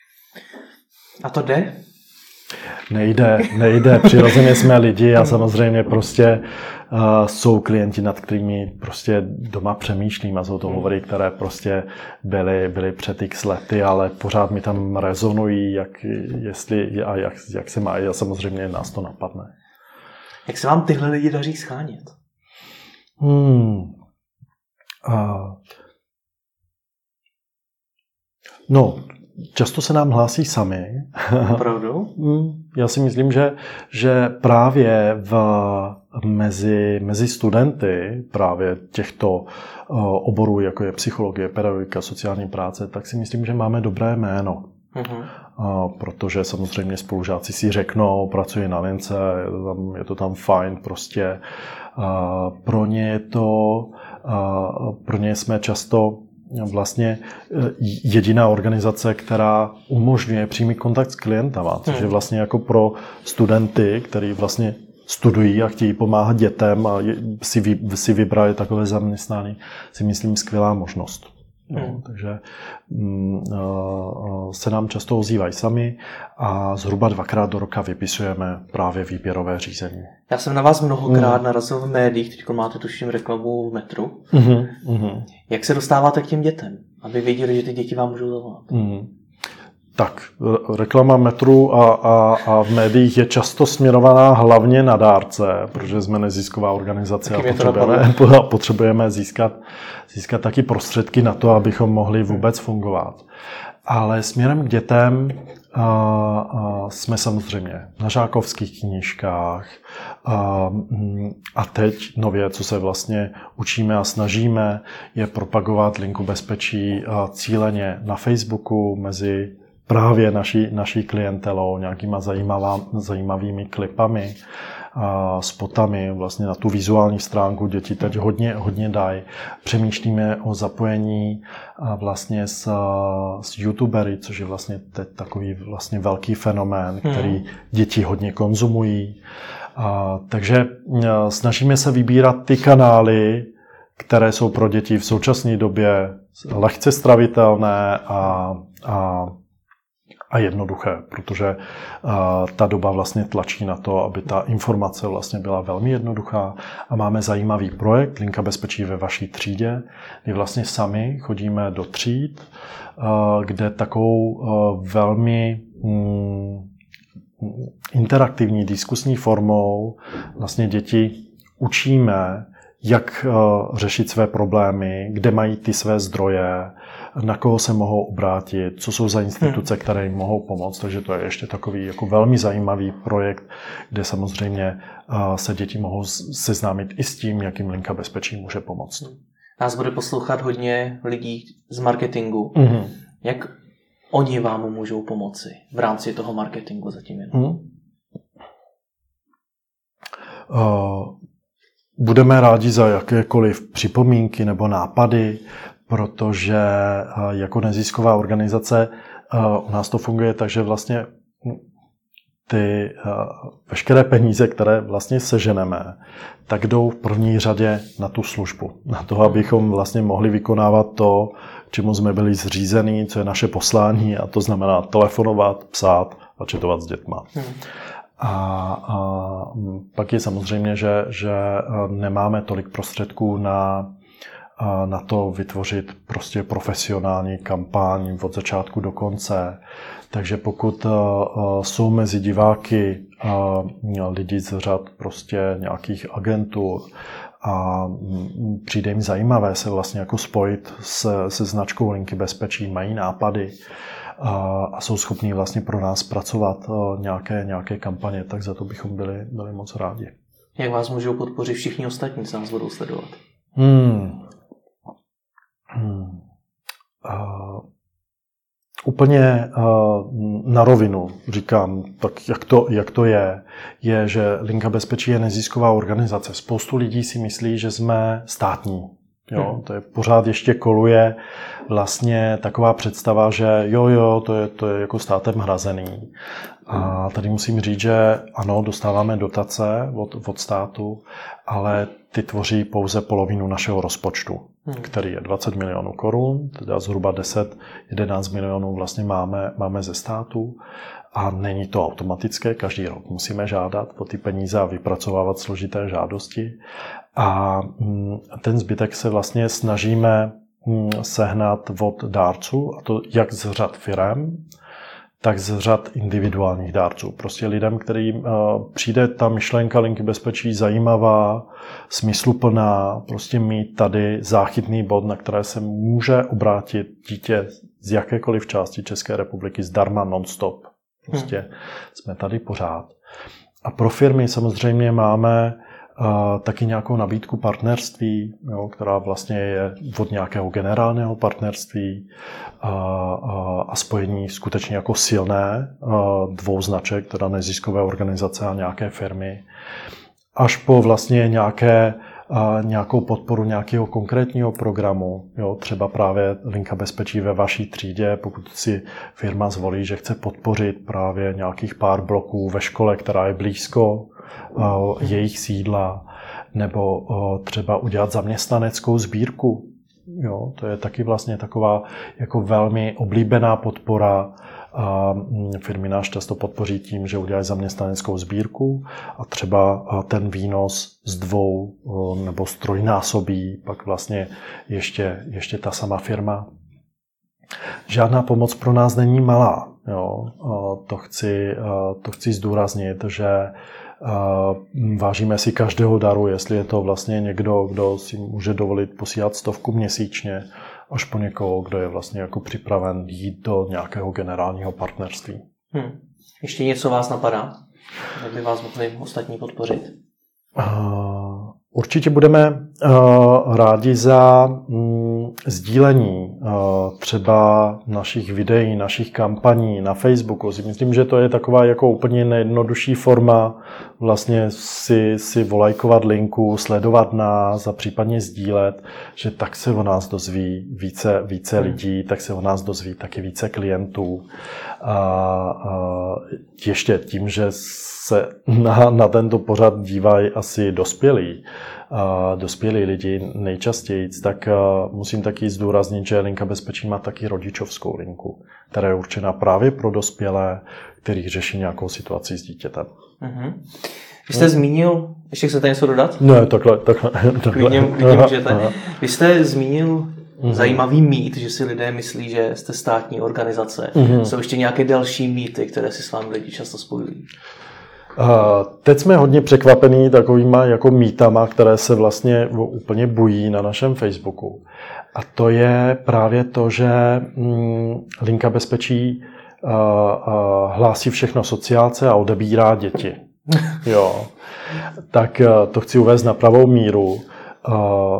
A to jde? Nejde, nejde. Přirozeně jsme lidi a samozřejmě prostě uh, jsou klienti, nad kterými prostě doma přemýšlím a jsou to hovory, které prostě byly, byly před x lety, ale pořád mi tam rezonují, jak, jestli a jak, jak se mají a samozřejmě nás to napadne. Jak se vám tyhle lidi daří schánět? Hmm. Uh. No, často se nám hlásí sami. Opravdu? Já si myslím, že, že právě v, mezi, mezi studenty právě těchto oborů, jako je psychologie, pedagogika, sociální práce, tak si myslím, že máme dobré jméno. Uh-huh. Protože samozřejmě spolužáci si řeknou, pracuji na lince, je to tam, je to tam fajn, prostě. Pro ně je to, pro ně jsme často vlastně jediná organizace, která umožňuje přímý kontakt s klientama, což je vlastně jako pro studenty, kteří vlastně studují a chtějí pomáhat dětem a si, vy, si vybrali takové zaměstnání, si myslím skvělá možnost. No, takže mm, se nám často ozývají sami a zhruba dvakrát do roka vypisujeme právě výběrové řízení. Já jsem na vás mnohokrát mm. narazil v médiích, teď máte tuším reklamu v metru. Mm-hmm. Mm-hmm. Jak se dostáváte k těm dětem, aby věděli, že ty děti vám můžou zavolat? Mm. Tak, reklama metru a, a, a v médiích je často směrovaná hlavně na dárce, protože jsme nezisková organizace a potřebujeme, potřebujeme získat, získat taky prostředky na to, abychom mohli vůbec fungovat. Ale směrem k dětem a, a jsme samozřejmě na žákovských knížkách a, a teď nově, co se vlastně učíme a snažíme, je propagovat linku bezpečí cíleně na Facebooku mezi právě naší, naší klientelou, nějakýma zajímavá, zajímavými klipami, a spotami, vlastně na tu vizuální stránku děti teď hodně, hodně dají. Přemýšlíme o zapojení vlastně s, s youtubery, což je vlastně teď takový vlastně velký fenomén, který hmm. děti hodně konzumují. A, takže snažíme se vybírat ty kanály, které jsou pro děti v současné době lehce stravitelné a, a a jednoduché, protože uh, ta doba vlastně tlačí na to, aby ta informace vlastně byla velmi jednoduchá a máme zajímavý projekt Linka bezpečí ve vaší třídě, kdy vlastně sami chodíme do tříd, uh, kde takovou uh, velmi um, interaktivní diskusní formou vlastně děti učíme, jak uh, řešit své problémy, kde mají ty své zdroje, na koho se mohou obrátit, co jsou za instituce, které jim mohou pomoct. Takže to je ještě takový jako velmi zajímavý projekt, kde samozřejmě uh, se děti mohou seznámit i s tím, jak jim Linka bezpečí může pomoct. Nás bude poslouchat hodně lidí z marketingu. Mm-hmm. Jak oni vám můžou pomoci v rámci toho marketingu zatím jen? Mm. Uh, budeme rádi za jakékoliv připomínky nebo nápady, protože uh, jako nezisková organizace uh, u nás to funguje tak, že vlastně ty uh, veškeré peníze, které vlastně seženeme, tak jdou v první řadě na tu službu. Na to, abychom vlastně mohli vykonávat to, čemu jsme byli zřízení, co je naše poslání, a to znamená telefonovat, psát a četovat s dětma. Hmm. A, a pak je samozřejmě, že, že nemáme tolik prostředků na, na to vytvořit prostě profesionální kampaň od začátku do konce. Takže pokud jsou mezi diváky lidi z řad prostě nějakých agentur, a přijde jim zajímavé se vlastně jako spojit se, se značkou Linky bezpečí, mají nápady a, a jsou schopní vlastně pro nás pracovat nějaké, nějaké kampaně, tak za to bychom byli, byli moc rádi. Jak vás můžou podpořit všichni ostatní, co nás budou sledovat? Hmm. Hmm. Uh, úplně uh, na rovinu říkám, tak jak to, jak to je, je, že Linka bezpečí je nezisková organizace. Spoustu lidí si myslí, že jsme státní. Jo? Hmm. To je pořád ještě koluje vlastně taková představa, že jo, jo, to je, to je jako státem hrazený. A tady musím říct, že ano, dostáváme dotace od, od státu, ale ty tvoří pouze polovinu našeho rozpočtu, hmm. který je dvacet milionů korun, teda zhruba deset jedenáct milionů vlastně máme, máme ze státu. A není to automatické, každý rok musíme žádat o ty peníze a vypracovávat složité žádosti. A ten zbytek se vlastně snažíme sehnat od dárců, a to jak z řad firem, tak z řad individuálních dárců. Prostě lidem, kterým přijde ta myšlenka Linky bezpečí zajímavá, smysluplná, prostě mít tady záchytný bod, na které se může obrátit dítě z jakékoliv části České republiky zdarma non-stop. Prostě hmm. jsme tady pořád. A pro firmy samozřejmě máme uh, taky nějakou nabídku partnerství, jo, která vlastně je od nějakého generálního partnerství uh, uh, a spojení skutečně jako silné uh, dvou značek, teda neziskové organizace a nějaké firmy, až po vlastně nějaké a nějakou podporu nějakého konkrétního programu, jo, třeba právě Linka bezpečí ve vaší třídě, pokud si firma zvolí, že chce podpořit právě nějakých pár bloků ve škole, která je blízko uh, jejich sídla, nebo uh, třeba udělat zaměstnaneckou sbírku. Jo, to je taky vlastně taková jako velmi oblíbená podpora. A firmy nás často podpoří tím, že udělají zaměstnaneckou sbírku a třeba ten výnos z dvou nebo z trojnásobí pak vlastně ještě, ještě ta sama firma. Žádná pomoc pro nás není malá. Jo. To chci, to chci zdůraznit, že vážíme si každého daru, jestli je to vlastně někdo, kdo si může dovolit posílat stovku měsíčně, až po někoho, kdo je vlastně jako připraven jít do nějakého generálního partnerství. Hmm. Ještě něco vás napadá? Jak by vás mohli ostatní podpořit? Uh, určitě budeme uh, rádi za um, sdílení uh, třeba našich videí, našich kampaní na Facebooku. Myslím, že to je taková jako úplně nejjednodušší forma vlastně si, si volajkovat linku, sledovat nás a případně sdílet, že tak se o nás dozví více, více hmm. lidí, tak se o nás dozví taky více klientů. A, a ještě tím, že se na, na tento pořad dívají asi dospělí, a dospělí lidi nejčastěji, tak musím taky zdůraznit, že linka bezpečí má taky rodičovskou linku, která je určená právě pro dospělé, který řeší nějakou situaci s dítětem. Mm-hmm. Vy jste no. zmínil, ještě chcete něco dodat? Ne, takhle, takhle. takhle. Klidně, klidně můžete. Vy jste zmínil mm-hmm. zajímavý mýt, že si lidé myslí, že jste státní organizace. Mm-hmm. Jsou ještě nějaké další mýty, které si s vámi lidi často spojují? Uh, teď jsme hodně překvapení takovýma jako mýtama, které se vlastně úplně bují na našem Facebooku. A to je právě to, že mm, linka bezpečí uh, uh, hlásí všechno sociálce a odebírá děti. Jo. Tak uh, to chci uvést na pravou míru. Uh,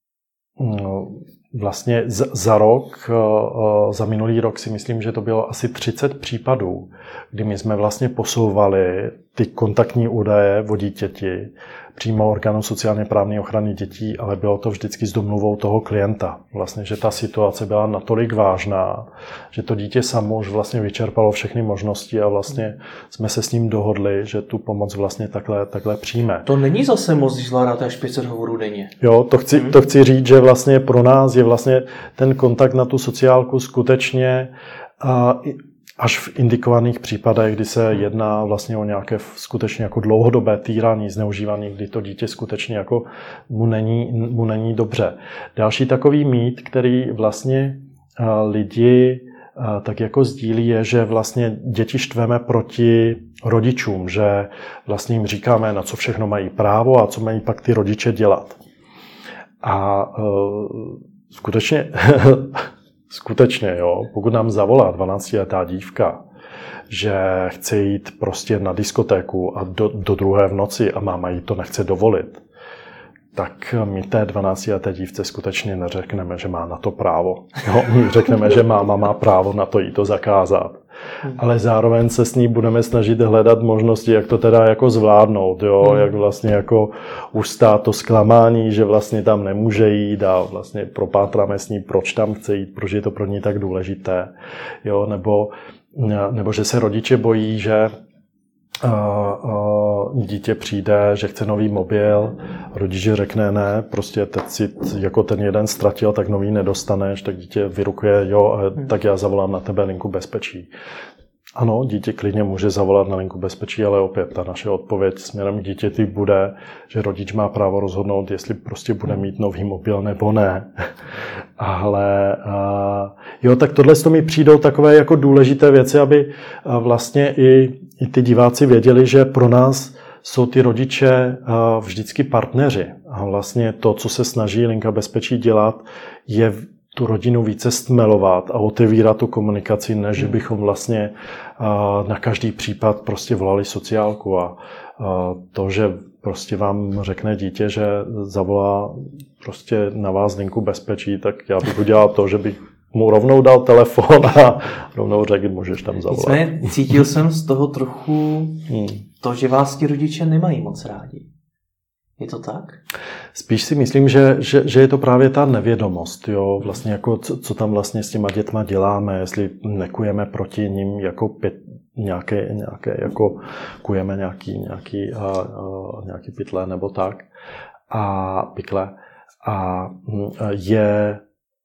no, vlastně z, za rok, uh, za minulý rok si myslím, že to bylo asi třicet případů, kdy my jsme vlastně posouvali ty kontaktní údaje o dítěti přímo orgánu sociálně právní ochrany dětí, ale bylo to vždycky s domluvou toho klienta. Vlastně, že ta situace byla natolik vážná, že to dítě samo už vlastně vyčerpalo všechny možnosti a vlastně jsme se s ním dohodli, že tu pomoc vlastně takhle, takhle přijme. To není zase moc, když zvládáte až pět set hovorů denně. Jo, to chci, hmm. to chci říct, že vlastně pro nás je vlastně ten kontakt na tu sociálku skutečně a, až v indikovaných případech, kdy se jedná vlastně o nějaké skutečně jako dlouhodobé týrání, zneužívání, kdy to dítě skutečně jako mu není, mu není dobře. Další takový mýt, který vlastně lidi tak jako sdílí, je, že vlastně děti štveme proti rodičům, že vlastně jim říkáme, na co všechno mají právo a co mají pak ty rodiče dělat. A uh, skutečně Skutečně, jo, pokud nám zavolá dvanáctiletá dívka, že chce jít prostě na diskotéku a do, do druhé v noci a máma jí to nechce dovolit, tak my té dvanáctileté dívce skutečně neřekneme, že má na to právo. Jo, my řekneme, že máma má právo na to jí to zakázat. Ale zároveň se s ní budeme snažit hledat možnosti, jak to teda jako zvládnout, jo, jak vlastně jako ustát to zklamání, že vlastně tam nemůže jít a vlastně propátráme s ní, proč tam chce jít, proč je to pro ní tak důležité, jo, nebo, nebo že se rodiče bojí, že Uh, uh, dítě přijde, že chce nový mobil, rodič řekne ne, prostě teď si jako ten jeden ztratil, tak nový nedostaneš, tak dítě vyrukuje, jo, tak já zavolám na tebe linku bezpečí. Ano, dítě klidně může zavolat na linku bezpečí, ale opět ta naše odpověď směrem k dítěti bude, že rodič má právo rozhodnout, jestli prostě bude mít nový mobil nebo ne. Ale uh, jo, tak tohle mi přijdou takové jako důležité věci, aby uh, vlastně i, i ty diváci věděli, že pro nás jsou ty rodiče uh, vždycky partneři. A vlastně to, co se snaží linka bezpečí dělat, je tu rodinu více stmelovat a otevírat tu komunikaci, než hmm. bychom vlastně uh, na každý případ prostě volali sociálku. A uh, to, že prostě vám řekne dítě, že zavolá prostě na vás linku bezpečí, tak já bych udělal to, že bych mu rovnou dal telefon a rovnou řekl, můžeš tam zavolat. Nicméně cítil jsem z toho trochu hmm. to, že vás ti rodiče nemají moc rádi. Je to tak? Spíš si myslím, že, že, že je to právě ta nevědomost, jo, vlastně jako co, co tam vlastně s těma dětma děláme, jestli nekujeme proti nim jako pět, nějaké, nějaké jako kujeme nějaký, nějaký, a, a, nějaký pytle nebo tak a pikle. A je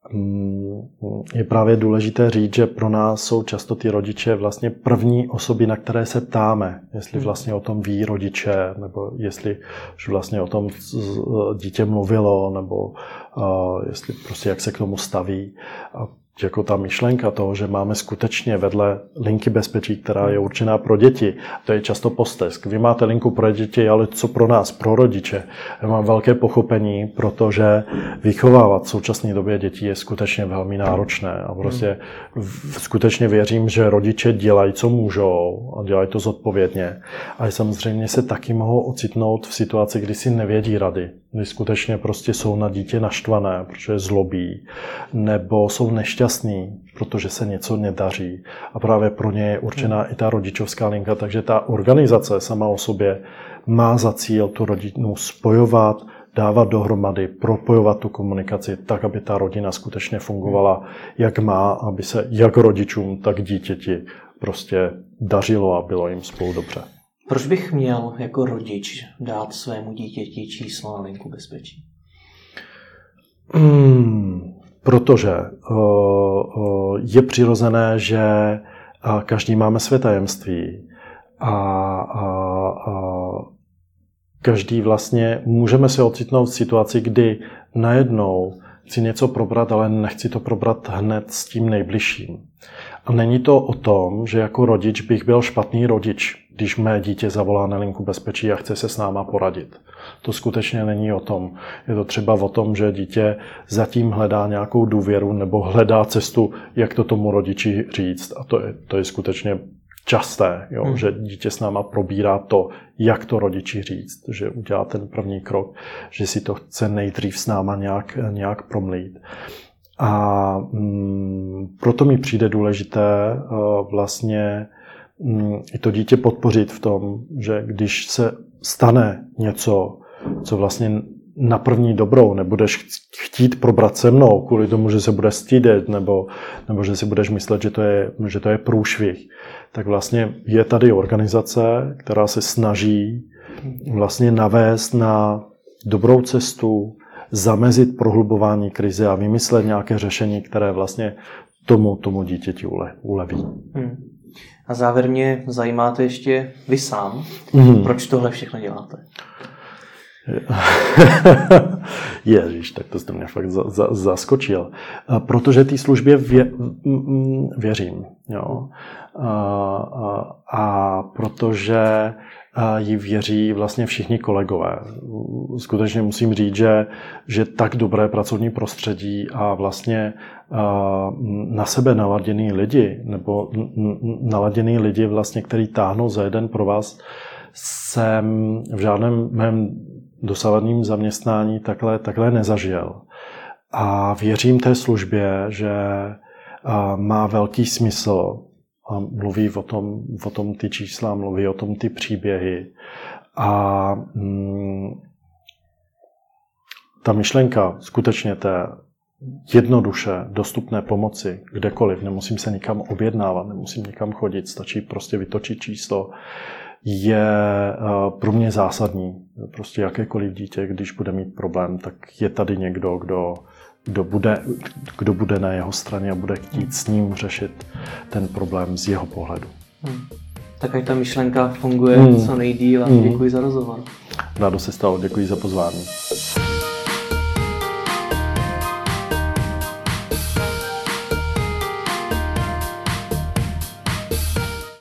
je právě důležité říct, že pro nás jsou často ty rodiče vlastně první osoby, na které se ptáme, jestli vlastně o tom ví rodiče, nebo jestli už vlastně o tom dítě mluvilo, nebo uh, jestli prostě jak se k tomu staví. A jako ta myšlenka toho, že máme skutečně vedle linky bezpečí, která je určená pro děti. To je často postesk. Vy máte linku pro děti, ale co pro nás, pro rodiče? Já mám velké pochopení, protože vychovávat v současné době dětí je skutečně velmi náročné. A prostě skutečně věřím, že rodiče dělají, co můžou a dělají to zodpovědně. Ale samozřejmě se taky mohou ocitnout v situaci, kdy si nevědí rady. kdy skutečně prostě jsou na dítě naštvané, protože zlobí, nebo jsou nešťastní, protože se něco nedaří. A právě pro ně je určená i ta rodičovská linka, takže ta organizace sama o sobě má za cíl tu rodinu spojovat, dávat dohromady, propojovat tu komunikaci tak, aby ta rodina skutečně fungovala, jak má, aby se jak rodičům, tak dítěti prostě dařilo a bylo jim spolu dobře. Proč bych měl jako rodič dát svému dítěti číslo na linku bezpečí? Hmm, protože uh, uh, je přirozené, že uh, každý máme své tajemství a, a, a každý vlastně můžeme se ocitnout v situaci, kdy najednou chci něco probrat, ale nechci to probrat hned s tím nejbližším. A není to o tom, že jako rodič bych byl špatný rodič, když mé dítě zavolá na linku bezpečí a chce se s náma poradit. To skutečně není o tom. Je to třeba o tom, že dítě zatím hledá nějakou důvěru nebo hledá cestu, jak to tomu rodiči říct. A to je, to je skutečně časté, jo? Hmm. Že dítě s náma probírá to, jak to rodiči říct, že udělá ten první krok, že si to chce nejdřív s náma nějak, nějak promlít. A mm, proto mi přijde důležité uh, vlastně mm, i to dítě podpořit v tom, že když se stane něco, co vlastně na první dobrou nebudeš chtít probrat se mnou kvůli tomu, že se bude stydět nebo, nebo že si budeš myslet, že to je, že to je průšvih, tak vlastně je tady organizace, která se snaží vlastně navést na dobrou cestu, zamezit prohlubování krize a vymyslet nějaké řešení, které vlastně tomu, tomu dítěti ule, uleví. Hmm. A závěr mě zajímáte ještě vy sám. Hmm. Proč tohle všechno děláte? Ježiš, tak to jste mě fakt za, za, zaskočil. Protože té službě vě, věřím. Jo. A, a, a protože jí věří vlastně všichni kolegové. Skutečně musím říct, že, že tak dobré pracovní prostředí a vlastně na sebe naladěný lidi, nebo naladěný lidi, vlastně, který táhnou za jeden pro vás, jsem v žádném mém dosavadním zaměstnání takhle, takhle nezažil. A věřím té službě, že má velký smysl. A mluví o tom, o tom ty čísla, mluví o tom ty příběhy. A mm, ta myšlenka skutečně té jednoduše dostupné pomoci kdekoliv, nemusím se nikam objednávat, nemusím nikam chodit, stačí prostě vytočit číslo, je pro mě zásadní. Prostě jakékoliv dítě, když bude mít problém, tak je tady někdo, kdo Kdo bude, kdo bude na jeho straně a bude chtít s ním řešit ten problém z jeho pohledu. Hmm. Tak ať ta myšlenka funguje hmm. co nejdýl a děkuji za rozhovor. Rádo se stalo, děkuji za pozvání.